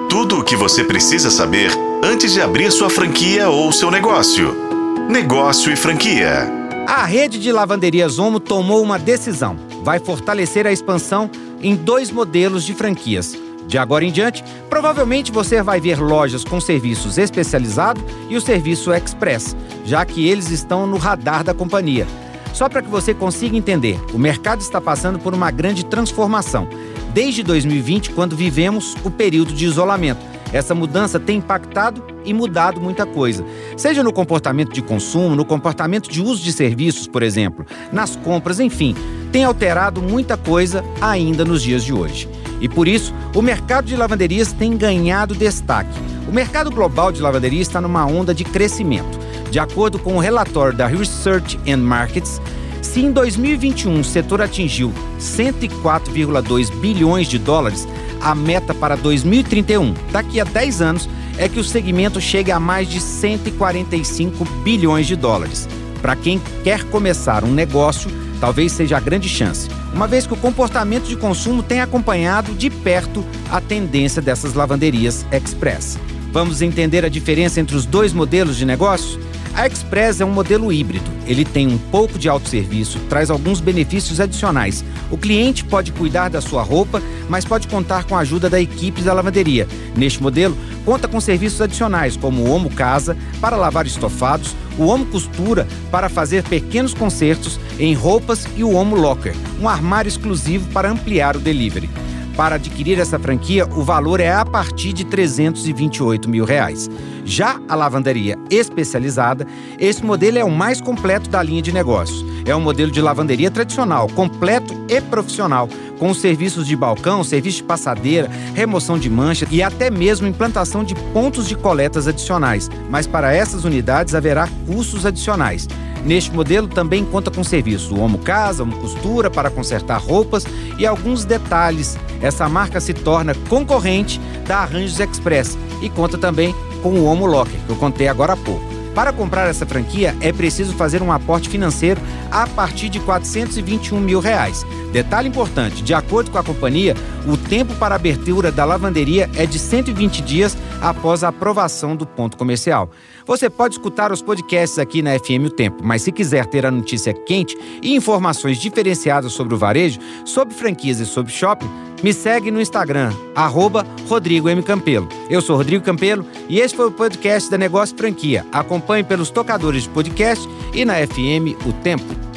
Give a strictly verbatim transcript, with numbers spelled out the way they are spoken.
Tudo o que você precisa saber antes de abrir sua franquia ou seu negócio. Negócio e franquia. A rede de lavanderias Omo tomou uma decisão. Vai fortalecer a expansão em dois modelos de franquias. De agora em diante, provavelmente você vai ver lojas com serviços especializados e o serviço express, já que eles estão no radar da companhia. Só para que você consiga entender, o mercado está passando por uma grande transformação. Desde dois mil e vinte, quando vivemos o período de isolamento, essa mudança tem impactado e mudado muita coisa. Seja no comportamento de consumo, no comportamento de uso de serviços, por exemplo, nas compras, enfim, tem alterado muita coisa ainda nos dias de hoje. E por isso, o mercado de lavanderias tem ganhado destaque. O mercado global de lavanderia está numa onda de crescimento. De acordo com o relatório da Research and Markets, se em dois mil e vinte e um o setor atingiu cento e quatro vírgula dois bilhões de dólares, a meta para dois mil e trinta e um, daqui a dez anos, é que o segmento chegue a mais de cento e quarenta e cinco bilhões de dólares. Para quem quer começar um negócio, talvez seja a grande chance, uma vez que o comportamento de consumo tem acompanhado de perto a tendência dessas lavanderias express. Vamos entender a diferença entre os dois modelos de negócio? A Express é um modelo híbrido. Ele tem um pouco de autosserviço, traz alguns benefícios adicionais. O cliente pode cuidar da sua roupa, mas pode contar com a ajuda da equipe da lavanderia. Neste modelo, conta com serviços adicionais, como o Omo Casa, para lavar estofados, o Omo Costura, para fazer pequenos consertos em roupas e o Omo Locker, um armário exclusivo para ampliar o delivery. Para adquirir essa franquia, o valor é a partir de trezentos e vinte e oito mil reais. Já a lavanderia especializada, esse modelo é o mais completo da linha de negócios. É um modelo de lavanderia tradicional, completo e profissional, com os serviços de balcão, serviço de passadeira, remoção de manchas e até mesmo implantação de pontos de coletas adicionais. Mas para essas unidades haverá custos adicionais. Neste modelo também conta com serviço do Omo Casa, Omo Costura para consertar roupas e alguns detalhes. Essa marca se torna concorrente da Arranjos Express e conta também com o Omo Locker, que eu contei agora há pouco. Para comprar essa franquia, é preciso fazer um aporte financeiro a partir de quatrocentos e vinte e um mil reais. Detalhe importante, de acordo com a companhia, o tempo para a abertura da lavanderia é de cento e vinte dias após a aprovação do ponto comercial. Você pode escutar os podcasts aqui na F M O Tempo, mas se quiser ter a notícia quente e informações diferenciadas sobre o varejo, sobre franquias e sobre shopping, me segue no Instagram, arroba Rodrigo M. Campelo. Eu sou Rodrigo Campelo e esse foi o podcast da Negócio Franquia. Acompanhe pelos tocadores de podcast e na F M O Tempo.